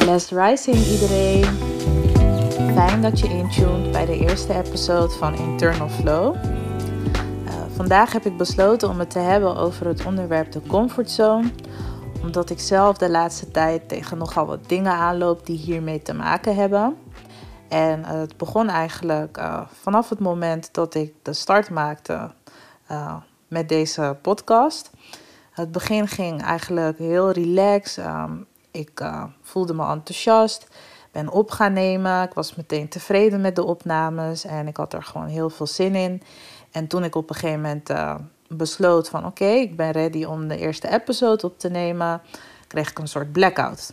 Blessed Rising iedereen. Fijn dat je intuned bij de eerste episode van Internal Flow. Vandaag heb ik besloten om het te hebben over het onderwerp de comfortzone. Omdat ik zelf de laatste tijd tegen nogal wat dingen aanloop die hiermee te maken hebben. En het begon eigenlijk vanaf het moment dat ik de start maakte met deze podcast. Het begin ging eigenlijk heel relaxed. Ik voelde me enthousiast, ben op gaan nemen. Ik was meteen tevreden met de opnames en ik had er gewoon heel veel zin in. En toen ik op een gegeven moment besloot van oké, ik ben ready om de eerste episode op te nemen, kreeg ik een soort blackout.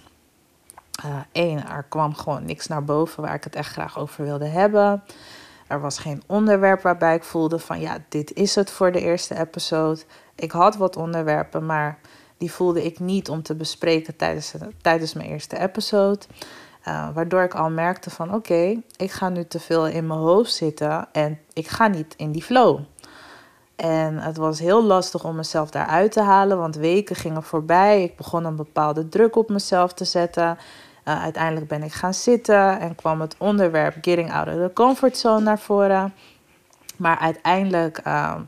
Er kwam gewoon niks naar boven waar ik het echt graag over wilde hebben. Er was geen onderwerp waarbij ik voelde van ja, dit is het voor de eerste episode. Ik had wat onderwerpen, maar die voelde ik niet om te bespreken tijdens mijn eerste episode. Waardoor ik al merkte van oké, ik ga nu te veel in mijn hoofd zitten en ik ga niet in die flow. En het was heel lastig om mezelf daaruit te halen, want weken gingen voorbij. Ik begon een bepaalde druk op mezelf te zetten. Uiteindelijk ben ik gaan zitten en kwam het onderwerp Getting Out of the Comfort Zone naar voren. Maar uiteindelijk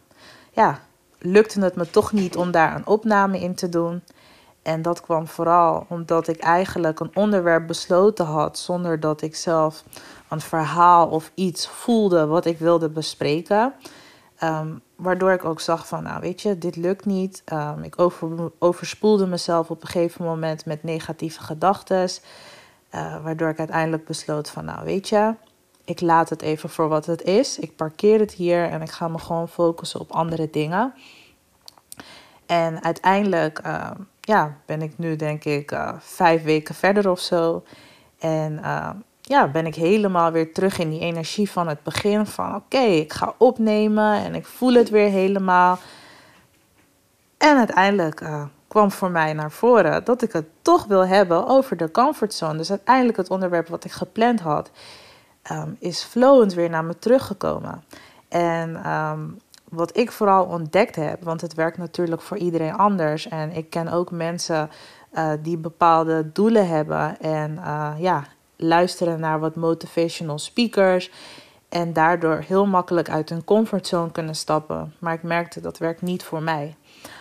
lukte het me toch niet om daar een opname in te doen. En dat kwam vooral omdat ik eigenlijk een onderwerp besloten had zonder dat ik zelf een verhaal of iets voelde wat ik wilde bespreken. Waardoor ik ook zag van, nou weet je, dit lukt niet. Ik overspoelde mezelf op een gegeven moment met negatieve gedachten. Waardoor ik uiteindelijk besloot van, nou weet je, ik laat het even voor wat het is. Ik parkeer het hier en ik ga me gewoon focussen op andere dingen. En uiteindelijk ben ik nu denk ik 5 weken verder of zo. En ben ik helemaal weer terug in die energie van het begin. Van oké, ik ga opnemen en ik voel het weer helemaal. En uiteindelijk kwam voor mij naar voren dat ik het toch wil hebben over de comfortzone. Dus uiteindelijk het onderwerp wat ik gepland had, is flowend weer naar me teruggekomen. En wat ik vooral ontdekt heb, want het werkt natuurlijk voor iedereen anders. En ik ken ook mensen die bepaalde doelen hebben en luisteren naar wat motivational speakers. En daardoor heel makkelijk uit hun comfortzone kunnen stappen. Maar ik merkte dat werkt niet voor mij.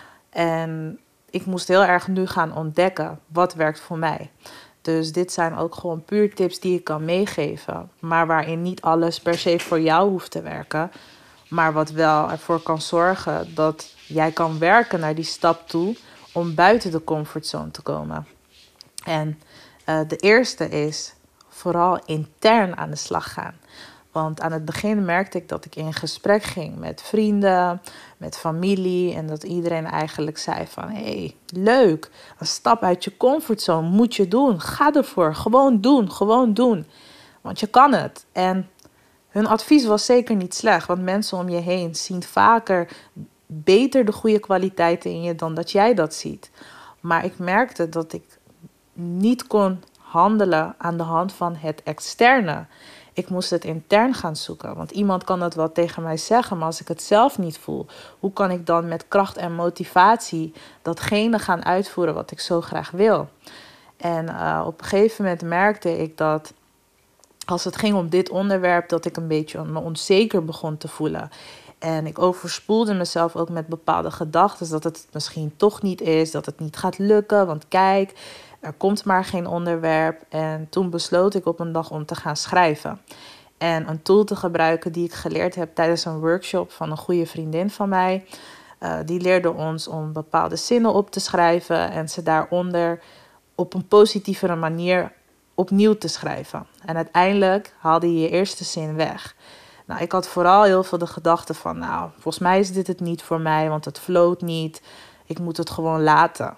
En ik moest heel erg nu gaan ontdekken wat werkt voor mij. Dus dit zijn ook gewoon puur tips die ik kan meegeven. Maar waarin niet alles per se voor jou hoeft te werken. Maar wat wel ervoor kan zorgen dat jij kan werken naar die stap toe om buiten de comfortzone te komen. En de eerste is vooral intern aan de slag gaan. Want aan het begin merkte ik dat ik in gesprek ging met vrienden, met familie. En dat iedereen eigenlijk zei van, hey, leuk, een stap uit je comfortzone moet je doen. Ga ervoor, gewoon doen. Want je kan het. En hun advies was zeker niet slecht. Want mensen om je heen zien vaker beter de goede kwaliteiten in je dan dat jij dat ziet. Maar ik merkte dat ik niet kon handelen aan de hand van het externe. Ik moest het intern gaan zoeken. Want iemand kan het wel tegen mij zeggen, maar als ik het zelf niet voel, hoe kan ik dan met kracht en motivatie datgene gaan uitvoeren wat ik zo graag wil? En op een gegeven moment merkte ik dat als het ging om dit onderwerp, dat ik een beetje me onzeker begon te voelen. En ik overspoelde mezelf ook met bepaalde gedachten dat het misschien toch niet is, dat het niet gaat lukken. Want kijk, er komt maar geen onderwerp. En toen besloot ik op een dag om te gaan schrijven. En een tool te gebruiken die ik geleerd heb tijdens een workshop van een goede vriendin van mij. Die leerde ons om bepaalde zinnen op te schrijven en ze daaronder op een positievere manier opnieuw te schrijven. En uiteindelijk haalde je je eerste zin weg. Nou, ik had vooral heel veel de gedachte van, nou, volgens mij is dit het niet voor mij, want het floot niet. Ik moet het gewoon laten.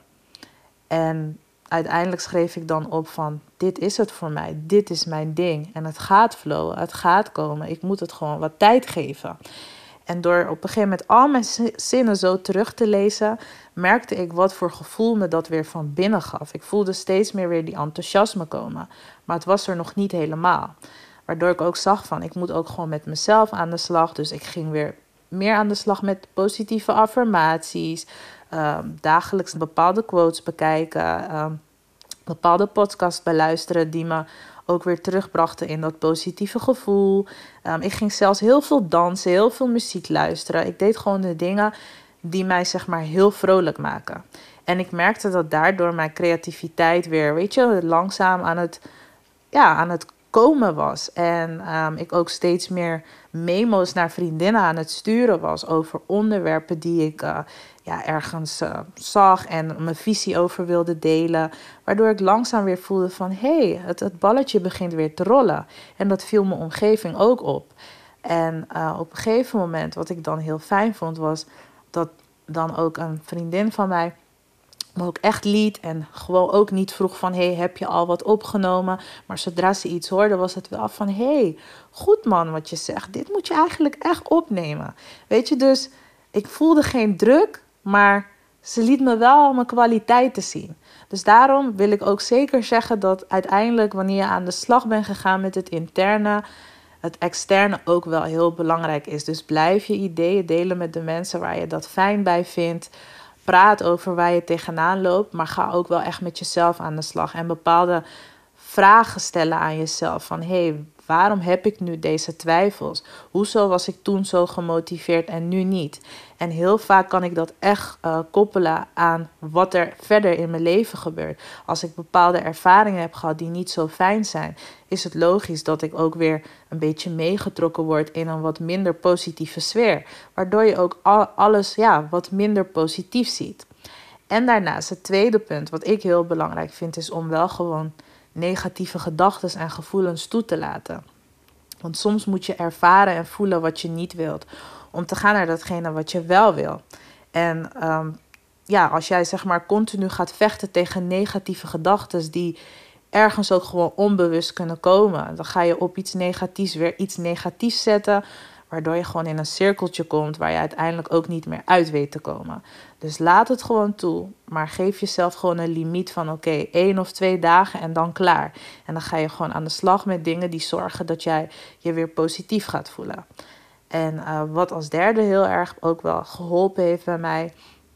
En uiteindelijk schreef ik dan op van, dit is het voor mij, dit is mijn ding. En het gaat flowen, het gaat komen. Ik moet het gewoon wat tijd geven. En door op een gegeven moment al mijn zinnen zo terug te lezen, merkte ik wat voor gevoel me dat weer van binnen gaf. Ik voelde steeds meer weer die enthousiasme komen. Maar het was er nog niet helemaal. Waardoor ik ook zag van, ik moet ook gewoon met mezelf aan de slag. Dus ik ging weer meer aan de slag met positieve affirmaties. Dagelijks bepaalde quotes bekijken. bepaalde podcasts beluisteren die me ook weer terugbrachten in dat positieve gevoel. Ik ging zelfs heel veel dansen, heel veel muziek luisteren. Ik deed gewoon de dingen die mij zeg maar heel vrolijk maken. En ik merkte dat daardoor mijn creativiteit weer, weet je, langzaam aan het komen was. En ik ook steeds meer memo's naar vriendinnen aan het sturen was over onderwerpen die ik ergens zag en mijn visie over wilde delen. Waardoor ik langzaam weer voelde van hé, het balletje begint weer te rollen. En dat viel mijn omgeving ook op. En op een gegeven moment, wat ik dan heel fijn vond, was dat dan ook een vriendin van mij me ook echt liet en gewoon ook niet vroeg van hey, heb je al wat opgenomen? Maar zodra ze iets hoorde, was het wel van hey, goed man wat je zegt. Dit moet je eigenlijk echt opnemen. Weet je, dus ik voelde geen druk, maar ze liet me wel mijn kwaliteiten zien. Dus daarom wil ik ook zeker zeggen dat uiteindelijk wanneer je aan de slag bent gegaan met het interne, het externe ook wel heel belangrijk is. Dus blijf je ideeën delen met de mensen waar je dat fijn bij vindt. Praat over waar je tegenaan loopt, maar ga ook wel echt met jezelf aan de slag. En bepaalde vragen stellen aan jezelf. Van hé, waarom heb ik nu deze twijfels? Hoezo was ik toen zo gemotiveerd en nu niet? En heel vaak kan ik dat echt koppelen aan wat er verder in mijn leven gebeurt. Als ik bepaalde ervaringen heb gehad die niet zo fijn zijn, is het logisch dat ik ook weer een beetje meegetrokken word in een wat minder positieve sfeer. Waardoor je ook alles wat minder positief ziet. En daarnaast het tweede punt, wat ik heel belangrijk vind, is om wel gewoon negatieve gedachten en gevoelens toe te laten. Want soms moet je ervaren en voelen wat je niet wilt, om te gaan naar datgene wat je wel wil. En als jij zeg maar continu gaat vechten tegen negatieve gedachten die ergens ook gewoon onbewust kunnen komen, dan ga je op iets negatiefs weer iets negatiefs zetten, waardoor je gewoon in een cirkeltje komt waar je uiteindelijk ook niet meer uit weet te komen. Dus laat het gewoon toe, maar geef jezelf gewoon een limiet van 1 of 2 dagen en dan klaar. En dan ga je gewoon aan de slag met dingen die zorgen dat jij je weer positief gaat voelen. En wat als derde heel erg ook wel geholpen heeft bij mij,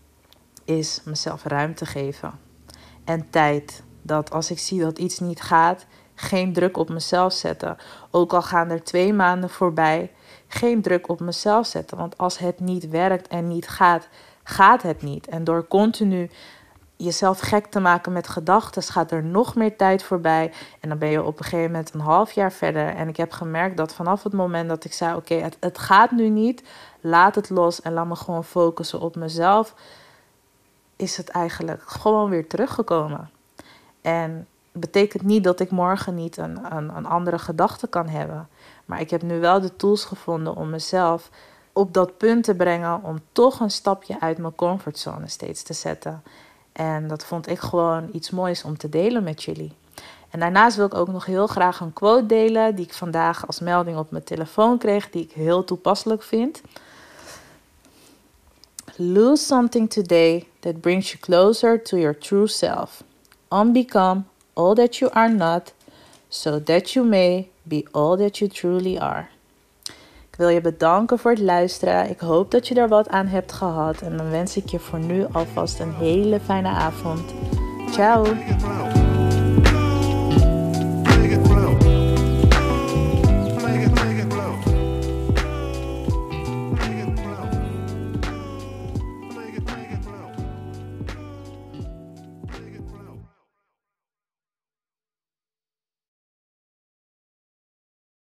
is mezelf ruimte geven. En tijd. Dat als ik zie dat iets niet gaat, geen druk op mezelf zetten. Ook al gaan er 2 maanden voorbij, geen druk op mezelf zetten. Want als het niet werkt en niet gaat, gaat het niet. En door continu jezelf gek te maken met gedachten, gaat er nog meer tijd voorbij. En dan ben je op een gegeven moment een half jaar verder. En ik heb gemerkt dat vanaf het moment dat ik zei, het gaat nu niet, laat het los en laat me gewoon focussen op mezelf, is het eigenlijk gewoon weer teruggekomen. En het betekent niet dat ik morgen niet een andere gedachte kan hebben. Maar ik heb nu wel de tools gevonden om mezelf op dat punt te brengen om toch een stapje uit mijn comfortzone steeds te zetten. En dat vond ik gewoon iets moois om te delen met jullie. En daarnaast wil ik ook nog heel graag een quote delen die ik vandaag als melding op mijn telefoon kreeg, die ik heel toepasselijk vind. Lose something today that brings you closer to your true self. Unbecome all that you are not, so that you may be all that you truly are. Ik wil je bedanken voor het luisteren. Ik hoop dat je er wat aan hebt gehad. En dan wens ik je voor nu alvast een hele fijne avond. Ciao!